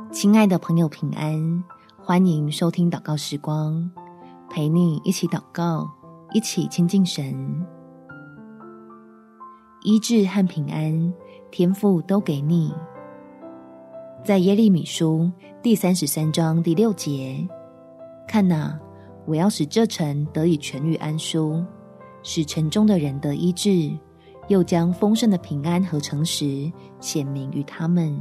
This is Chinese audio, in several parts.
亲爱的朋友平安，欢迎收听祷告时光，陪你一起祷告，一起亲近神。医治和平安，天父都给你。在耶利米书第33章第6节，看哪，我要使这城得以痊愈安舒，使城中的人得医治，又将丰盛的平安和诚实显明于他们。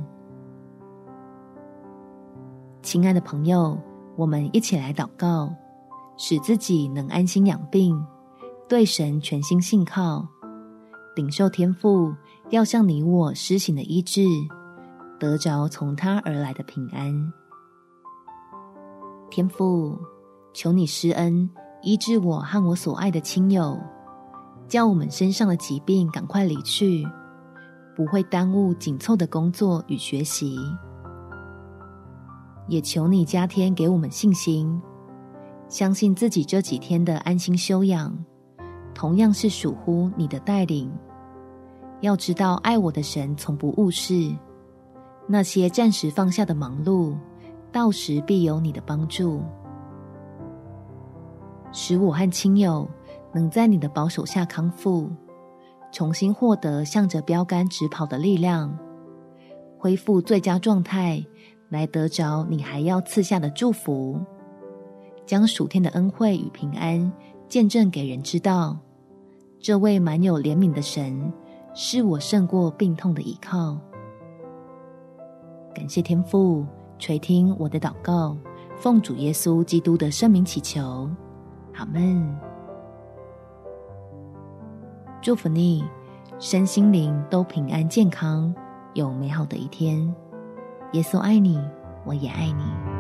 亲爱的朋友，我们一起来祷告，使自己能安心养病，对神全心信靠，领受天父要向你我施行的医治，得着从他而来的平安。天父，求你施恩医治我和我所爱的亲友，叫我们身上的疾病赶快离去，不会耽误紧凑的工作与学习。也求你加添给我们信心，相信自己这几天的安心休养，同样是属乎你的带领。要知道爱我的神从不误事，那些暂时放下的忙碌，到时必有你的帮助。使我和亲友能在你的保守下康复，重新获得向着标杆直跑的力量，恢复最佳状态，来得着你还要赐下的祝福，将属天的恩惠与平安见证给人知道。这位满有怜悯的神，是我胜过病痛的依靠。感谢天父垂听我的祷告，奉主耶稣基督的圣名祈求，阿们。祝福你身心灵都平安健康，有美好的一天。耶稣爱你，我也爱你。